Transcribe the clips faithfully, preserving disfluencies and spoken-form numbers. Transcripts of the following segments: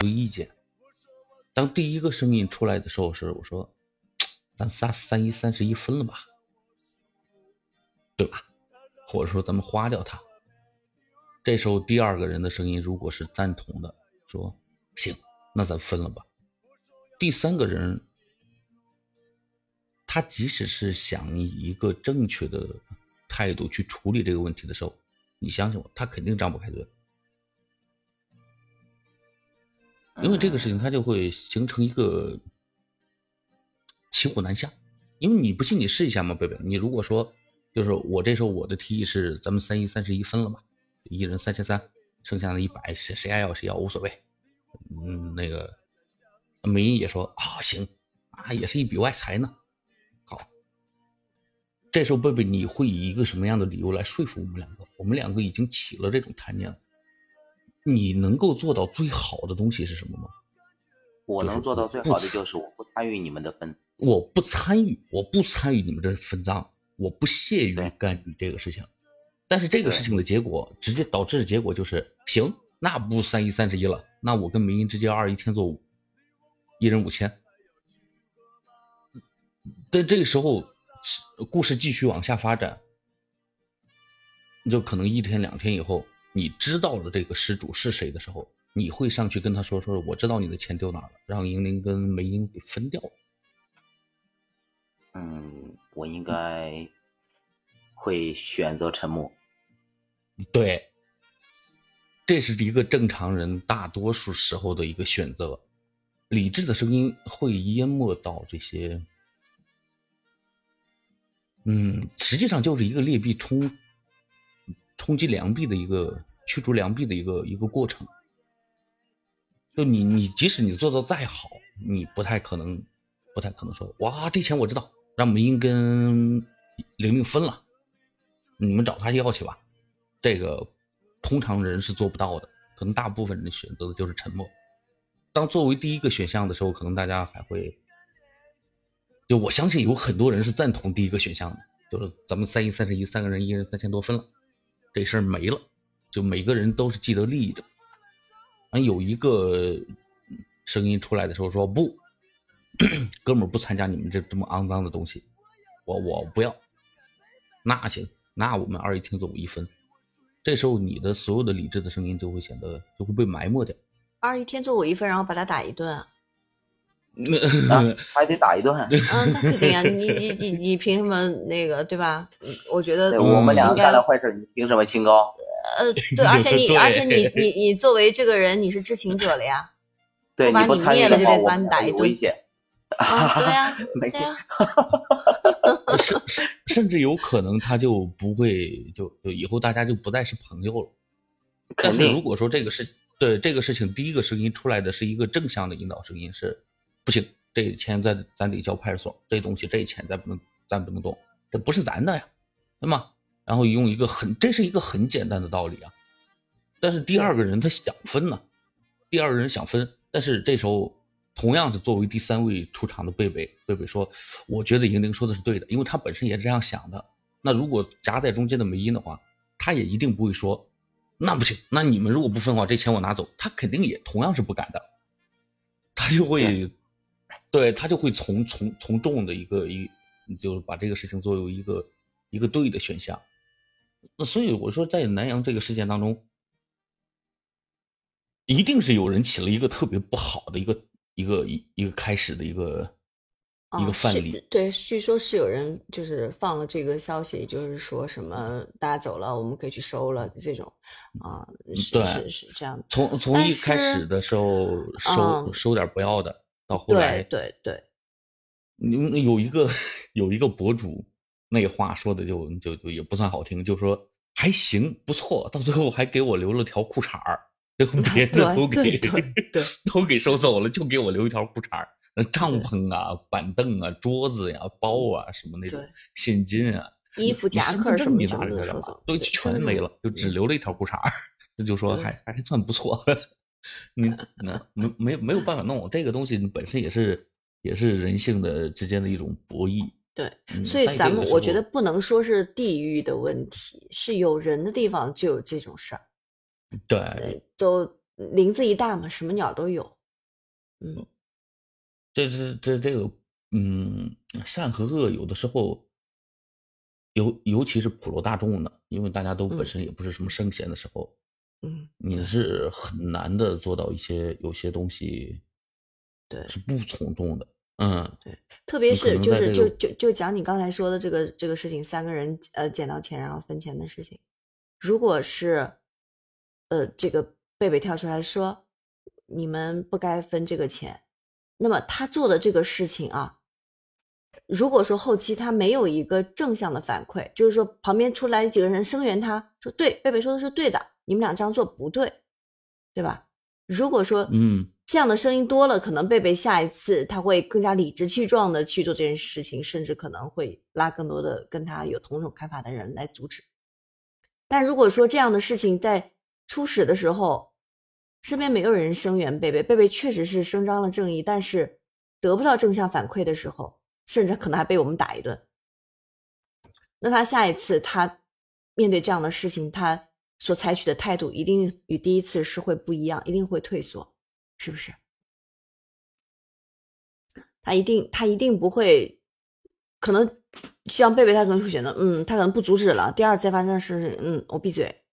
对意见。当第一个声音出来的时候是我说咱仨三一三十一分了吧，对吧？或者说咱们花掉它。这时候第二个人的声音如果是赞同的，说行，那咱分了吧。第三个人他即使是想以一个正确的态度去处理这个问题的时候，你相信我，他肯定张不开嘴，因为这个事情它就会形成一个骑虎难下。因为你不信你试一下嘛，贝贝，你如果说就是我这时候我的提议是咱们三一三十一分了吧，一人三千三，剩下的一百谁谁爱要谁要无所谓。嗯，那个梅英也说啊行啊，也是一笔外财呢。好，这时候贝贝你会以一个什么样的理由来说服我们两个？我们两个已经起了这种贪念了。你能够做到最好的东西是什么吗？ 我能做到最好的就是我不参与你们的分， 我不参与，我不参与你们这分赃，我不屑于干你这个事情。但是这个事情的结果，直接导致的结果就是行，那不三一三十一了，那我跟梅英直接二一天做五，一人五千。但这个时候故事继续往下发展，就可能一天两天以后，你知道了这个失主是谁的时候，你会上去跟他说说我知道你的钱丢哪了，让银铃跟梅英给分掉。 嗯，我应该会选择沉默。 对，这是一个正常人大多数时候的一个选择。理智的声音会淹没到这些，嗯，实际上就是一个劣币冲冲击良币的一个驱逐良币的一个一个过程。就你你即使你做的再好，你不太可能不太可能说哇这钱我知道，让梅英跟玲玲分了，你们找他要去吧。这个通常人是做不到的，可能大部分人选择的就是沉默。当作为第一个选项的时候，可能大家还会，就我相信有很多人是赞同第一个选项的，就是咱们三一三十一三个人一人三千多分了，这事儿没了，就每个人都是既得利益者。有一个声音出来的时候说不，哥们儿不参加你们这这么肮脏的东西，我我不要。那行，那我们二一听走一分。这时候你的所有的理智的声音就会显得就会被埋没掉。 二一天做我一份，然后把他打一顿啊？ 啊、还得打一顿。 嗯，那肯定啊，你你你你凭什么那个对吧？我觉得对我们两个干了坏事，你凭什么清高？ 呃，对，而且你而且你你你作为这个人，你是知情者了呀。 对， 我把你灭了就得把你打一顿。 危险。 啊，对呀、啊， 没对呀、 啊。甚甚至有可能他就不会就就以后大家就不再是朋友了。但是如果说这个事对这个事情第一个声音出来的是一个正向的引导声音，是不行，这钱咱咱得交派出所，这东西这钱咱不能咱不能动，这不是咱的呀，对吗？然后用一个很这是一个很简单的道理啊。但是第二个人他想分呢，第二个人想分，但是这时候同样是作为第三位出场的贝贝，贝贝说我觉得银铃说的是对的，因为他本身也是这样想的。那如果夹在中间的梅英的话，他也一定不会说那不行，那你们如果不分的话，这钱我拿走，他肯定也同样是不敢的。他就会 对, 对他就会从从从众的一个一就是把这个事情作为一个一个对的选项。那所以我说在南阳这个事件当中，一定是有人起了一个特别不好的一个一个一一个开始的一个、哦、一个范例。 对，据说是有人就是放了这个消息，就是说什么大家走了，我们可以去收了这种啊，是对是是这样的。 从从一开始的时候收、嗯、收点不要的，到后来对对对， 你有一个有一个博主那话说的就就就也不算好听，就说还行不错，到最后还给我留了条裤衩儿。别的都给都给收走了，就给我留一条裤衩。帐篷啊、板凳啊、桌子呀、啊、包啊什么那种现金啊、 衣服夹克什么的都收走， 都全没了，就只留了一条裤衩。这就说还还算不错。你那没没没有办法弄这个东西，本身也是也是人性的之间的一种博弈。 对，所以咱们我觉得不能说是地域的问题，是有人的地方就有这种事儿。 对， 都林子一大嘛，什么鸟都有。嗯， 这这这这个，嗯，善和恶有的时候，尤尤其是普罗大众的，因为大家都本身也不是什么圣贤的时候， 嗯， 你是很难的做到一些有些东西， 对， 是不从众的。嗯， 对，特别是就是就就就讲你刚才说的这个这个事情，三个人呃捡到钱然后分钱的事情，如果是呃这个贝贝跳出来说你们不该分这个钱，那么他做的这个事情啊，如果说后期他没有一个正向的反馈，就是说旁边出来几个人声援他说对，贝贝说的是对的，你们俩这样做不对，对吧？如果说嗯这样的声音多了，可能贝贝下一次他会更加理直气壮的去做这件事情，甚至可能会拉更多的跟他有同种看法的人来阻止。但如果说这样的事情在初始的时候身边没有人声援贝贝，贝贝确实是伸张了正义，但是得不到正向反馈的时候，甚至可能还被我们打一顿，那他下一次他面对这样的事情，他所采取的态度一定与第一次是会不一样，一定会退缩，是不是？他一定他一定不会，可能像贝贝他可能会选择，嗯，他可能不阻止了，第二次再发生的事，嗯，我闭嘴，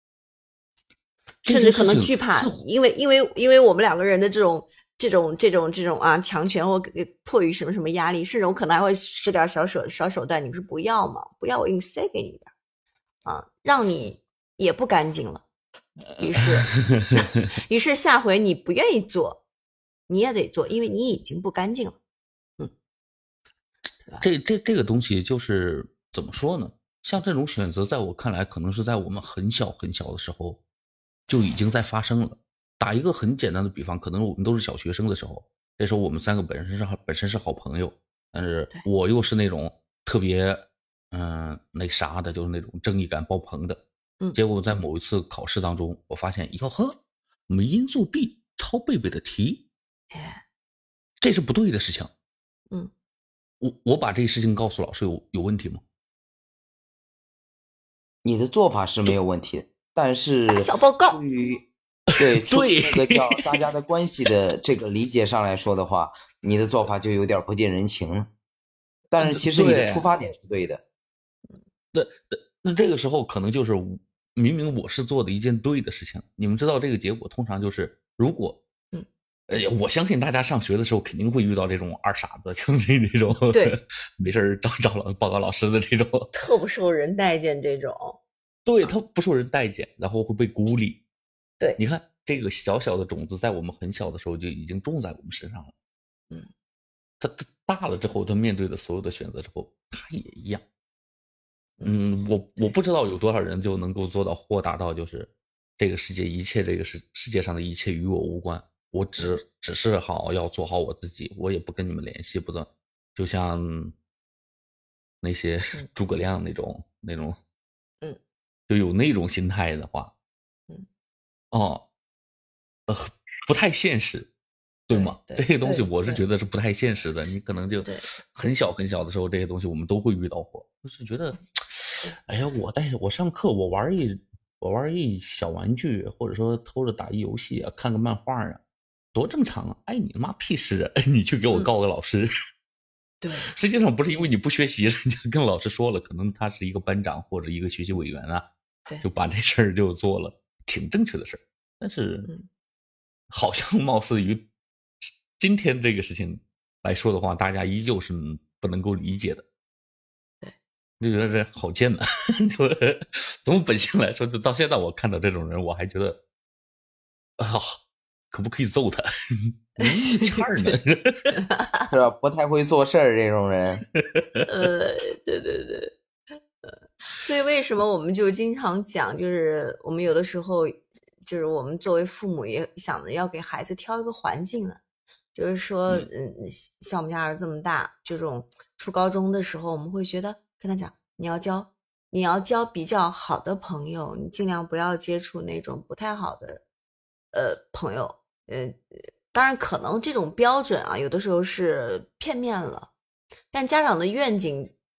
甚至可能惧怕，因为因为因为我们两个人的这种这种这种这种啊强权或迫于什么什么压力，甚至我可能还会使点小手小手段，你不是不要吗？不要我硬塞给你的啊，让你也不干净了。于是于是下回你不愿意做你也得做，因为你已经不干净了。嗯， 这这这个东西就是怎么说呢，像这种选择在我看来可能是在我们很小很小的时候就已经在发生了。打一个很简单的比方，可能我们都是小学生的时候，那时候我们三个本身是本身是好朋友，但是我又是那种特别嗯、呃、那啥的，就是那种正义感爆棚的。 嗯， 结果在某一次考试当中，我发现哟呵，我们因素 B 抄贝贝的题，这是不对的事情。 嗯， 我我把这个事情告诉老师有有问题吗？ 你的做法是没有问题的，但是小报告出于对出于那个叫大家的关系的这个理解上来说的话，你的做法就有点不近人情了。但是其实你的出发点是对的。 那那那这个时候可能就是明明我是做的一件对的事情，你们知道这个结果通常就是如果嗯， 呃，我相信大家上学的时候肯定会遇到这种二傻子，就是这种对没事找找了报告老师的这种， 特不受人待见这种。 对，他不受人待见，然后会被孤立。 对， 你看这个小小的种子在我们很小的时候就已经种在我们身上了。 嗯， 他他大了之后，他面对的所有的选择之后，他也一样。嗯，我我不知道有多少人就能够做到豁达到就是这个世界一切这个世世界上的一切与我无关，我只只是好要做好我自己，我也不跟你们联系，不的，就像那些诸葛亮那种那种， 嗯， 就有那种心态的话， 嗯， 哦，呃，不太现实。对吗？ 对这些东西我是觉得是不太现实的，你可能就很小很小的时候，这些东西我们都会遇到过。就是觉得，哎呀，我在我上课我玩一我玩一小玩具，或者说偷着打一游戏啊，看个漫画啊，多正常啊！哎，你妈屁事啊！你去给我告个老师。嗯、 对， 实际上不是因为你不学习，人家跟老师说了，可能他是一个班长或者一个学习委员啊，就把这事儿就做了，挺正确的事儿。但是， 嗯、 好像貌似于今天这个事情来说的话，大家依旧是不能够理解的。 对， 就觉得这好贱呐、啊！就从本性来说，就到现在我看到这种人，我还觉得啊，可不可以揍他？你欠儿呢， 是吧？不太会做事儿这种人。 呃，对对对，呃，所以为什么我们就经常讲，就是我们有的时候，就是我们作为父母也想着要给孩子挑一个环境呢。就是说，嗯，像我们家儿子这么大，这种初高中的时候，我们会觉得跟他讲，你要交，你要交比较好的朋友，你尽量不要接触那种不太好的呃朋友。呃，当然可能这种标准啊，有的时候是片面了，但家长的愿景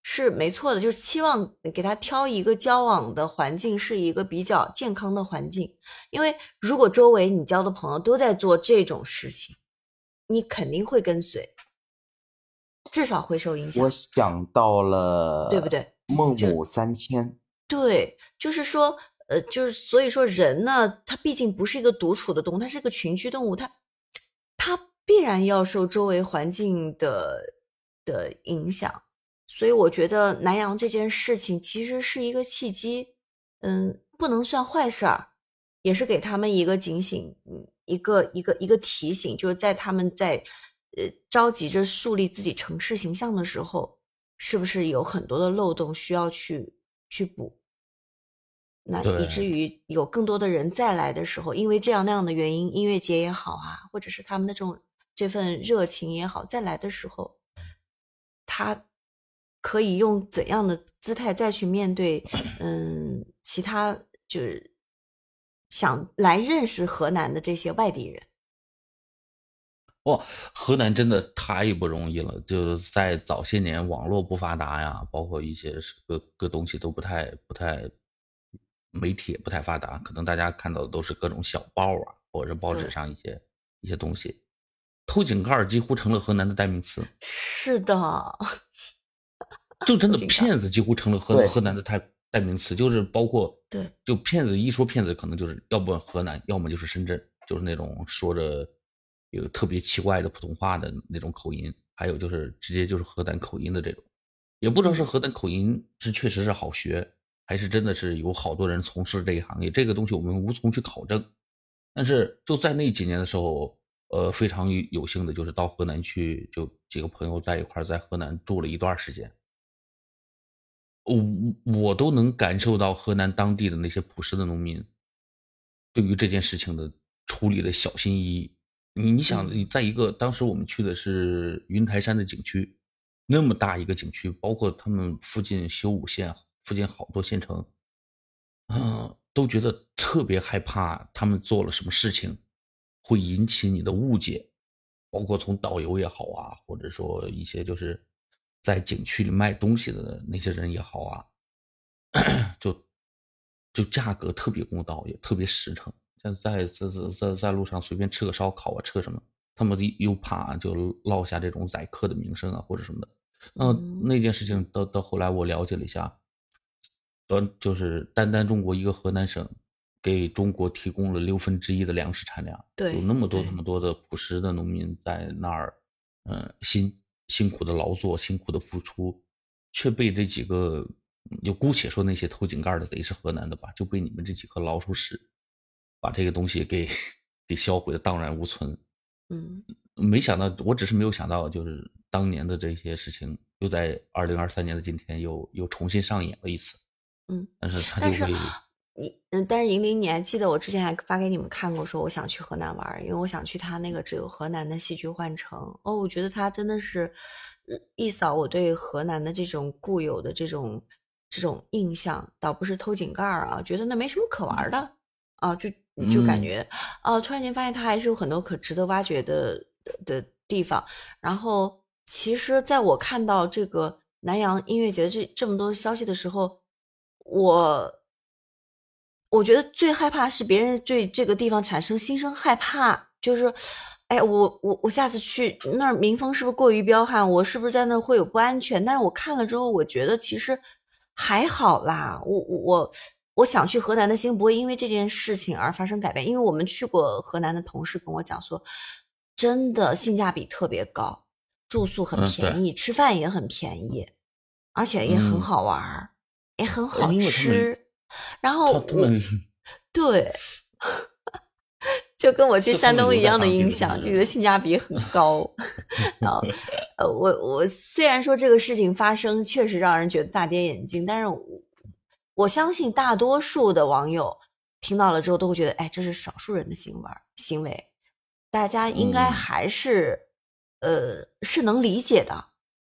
是没错的，就是期望给他挑一个交往的环境是一个比较健康的环境，因为如果周围你交的朋友都在做这种事情，你肯定会跟随，至少会受影响。 我想到了， 对不对？ 孟母三迁。 对，就是说，呃，就是所以说人呢，他毕竟不是一个独处的动物，它是个群居动物，它它必然要受周围环境的的影响。所以我觉得南洋这件事情其实是一个契机，嗯，不能算坏事儿，也是给他们一个警醒，一个一个一个提醒，就是在他们在呃着急着树立自己城市形象的时候，是不是有很多的漏洞需要去去补？那以至于有更多的人再来的时候，因为这样那样的原因，音乐节也好啊，或者是他们的这种这份热情也好，再来的时候，他可以用怎样的姿态再去面对，嗯，其他就是想来认识河南的这些外地人。 哇，河南真的太不容易了，就是在早些年网络不发达呀，包括一些各各东西都不太不太，媒体也不太发达，可能大家看到的都是各种小报啊，或者是报纸上一些一些东西。偷井盖几乎成了河南的代名词。 是的。 就真的骗子几乎成了河河南的代代名词，就是包括对， 就骗子一说骗子，可能就是要不河南，要么就是深圳，就是那种说着有特别奇怪的普通话的那种口音，还有就是直接就是河南口音的这种，也不知道是河南口音是确实是好学，还是真的是有好多人从事这一行业，这个东西我们无从去考证。但是就在那几年的时候，呃，非常有幸的就是到河南去，就几个朋友在一块在河南住了一段时间。我我都能感受到河南当地的那些朴实的农民对于这件事情的处理的小心翼翼。你你想，你在一个当时我们去的是云台山的景区，那么大一个景区，包括他们附近修武县附近好多县城，嗯，都觉得特别害怕他们做了什么事情会引起你的误解，包括从导游也好啊，或者说一些就是在景区里卖东西的那些人也好啊，就就价格特别公道，也特别实诚。像在在在在在路上随便吃个烧烤啊，吃个什么，他们又怕就落下这种宰客的名声啊，或者什么的。嗯，那件事情到到后来我了解了一下，呃，就是单单中国一个河南省给中国提供了六分之一的粮食产量， 对， 有那么多那么多的朴实的农民在那儿，嗯，辛辛苦的劳作，辛苦的付出，却被这几个，就姑且说那些偷井盖的贼是河南的吧，就被你们这几颗老鼠屎把这个东西给给销毁的荡然无存。 嗯， 没想到，我只是没有想到，就是当年的这些事情又在二零二三年的今天又又重新上演了一次。 嗯， 但是他就会， 你嗯，但是银铃，你还记得我之前还发给你们看过，说我想去河南玩，因为我想去他那个只有河南的戏剧幻城。哦，我觉得他真的是一扫我对河南的这种固有的这种这种印象，倒不是偷井盖啊，觉得那没什么可玩的啊，就就感觉啊、嗯，突然间发现它还是有很多可值得挖掘的的地方。然后，其实在我看到这个南洋音乐节的这这么多消息的时候，我我觉得最害怕是别人对这个地方产生心生害怕，就是，哎，我我我下次去那儿民风是不是过于彪悍？我是不是在那儿会有不安全？但是我看了之后，我觉得其实还好啦。我我我我想去河南的心不会因为这件事情而发生改变，因为我们去过河南的同事跟我讲说，真的性价比特别高，住宿很便宜，嗯、吃饭也很便宜，而且也很好玩，嗯、也很好吃。然后他们对，就跟我去山东一样的影响，就觉得性价比很高。然后，呃，我我虽然说这个事情发生确实让人觉得大跌眼镜，但是我我相信大多数的网友听到了之后都会觉得，哎，这是少数人的行为行为，大家应该还是、嗯、呃是能理解的。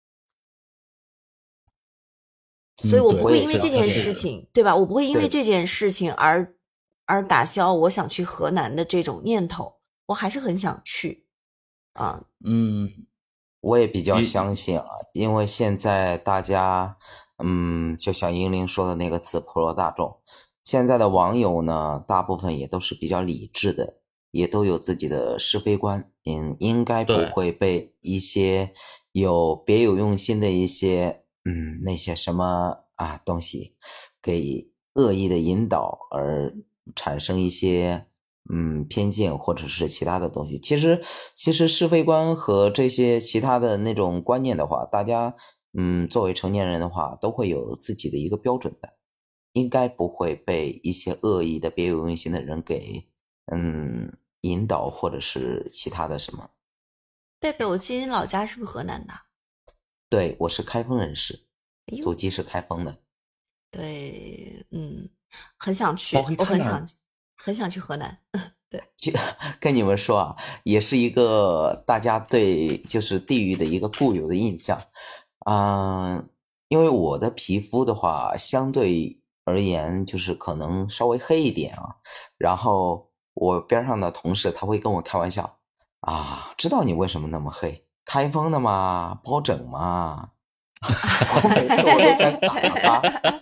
所以我不会因为这件事情，嗯、对, 对吧？我不会因为这件事情而而打消我想去河南的这种念头，我还是很想去啊。 嗯， 我也比较相信啊，因为现在大家，嗯，就像英玲说的那个词，普罗大众，现在的网友呢，大部分也都是比较理智的，也都有自己的是非观，嗯，应该不会被一些有别有用心的一些，嗯，那些什么啊东西给恶意的引导而产生一些。嗯，偏见或者是其他的东西，其实其实是非观和这些其他的那种观念的话，大家嗯作为成年人的话，都会有自己的一个标准的，应该不会被一些恶意的别有用心的人给嗯引导或者是其他的什么。 贝贝，我记得你老家是不是河南的？ 对，我是开封人士，祖籍是开封的。 对，嗯，很想去，我很想去。很想去河南，对， 跟你们说啊，也是一个大家对就是地域的一个固有的印象，嗯、呃，因为我的皮肤的话，相对而言就是可能稍微黑一点啊，然后我边上的同事他会跟我开玩笑啊，知道你为什么那么黑，开封的嘛，包拯嘛，我每次我都想打他。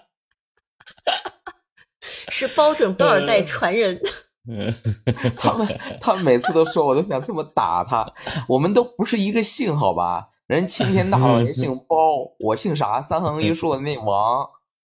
是包拯多少代传人？ 他们他们每次都说，我都想这么打他。我们都不是一个姓，好吧？人青天大老爷姓包，我姓啥？三横一竖的那王。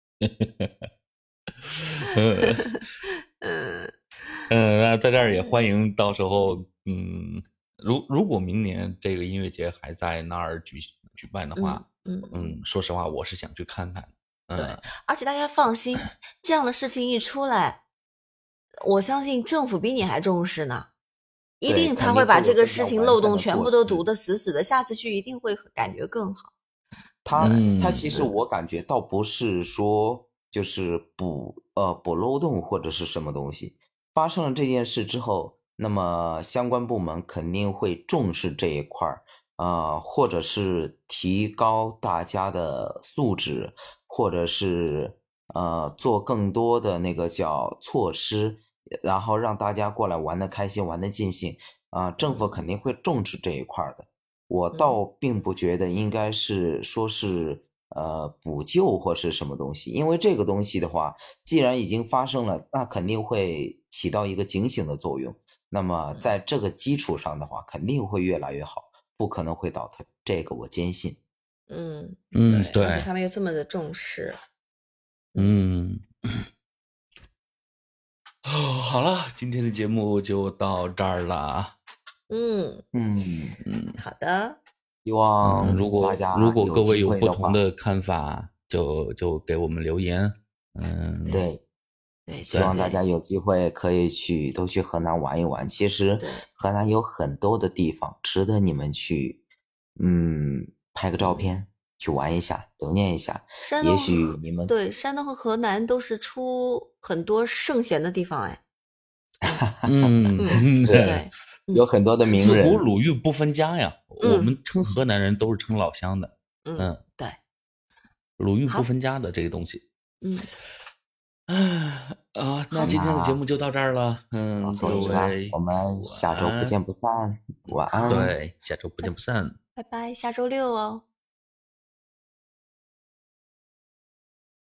嗯嗯，那在这儿也欢迎，到时候嗯，如如果明年这个音乐节还在那儿举举办的话， 嗯 嗯, 嗯，说实话，我是想去看看。嗯、 对，而且大家放心，这样的事情一出来，我相信政府比你还重视呢，一定他会把这个事情漏洞全部都堵得死死的，下次去一定会感觉更好。 他他其实我感觉倒不是说就是补呃补漏洞或者是什么东西，发生了这件事之后，那么相关部门肯定会重视这一块儿，呃，或者是提高大家的素质，或者是呃做更多的那个叫措施，然后让大家过来玩得开心，玩得尽兴啊、呃，政府肯定会重视这一块的。我倒并不觉得应该是说是呃补救或是什么东西，因为这个东西的话，既然已经发生了，那肯定会起到一个警醒的作用。那么在这个基础上的话，肯定会越来越好，不可能会倒退，这个我坚信。 嗯嗯，对， 而且他们又这么的重视。 嗯，哦，好了，今天的节目就到这儿了。 嗯嗯嗯， 好的。 希望如果大家如果各位有不同的看法，就就给我们留言。嗯， 对， 对， 希望大家有机会可以去都去河南玩一玩。其实河南有很多的地方值得你们去，嗯，拍个照片去玩一下，留念一下。也许你们对山东和河南都是出很多圣贤的地方，哎。 嗯嗯，对。 有很多的名人， 自古鲁豫不分家呀。嗯、我们称河南人都是称老乡的。 嗯， 嗯对， 鲁豫不分家的这个东西。 嗯， 啊，那今天的节目就到这儿了。嗯，各位， 我们下周不见不散。晚安。 对，下周不见不散。 拜拜，下周六哦。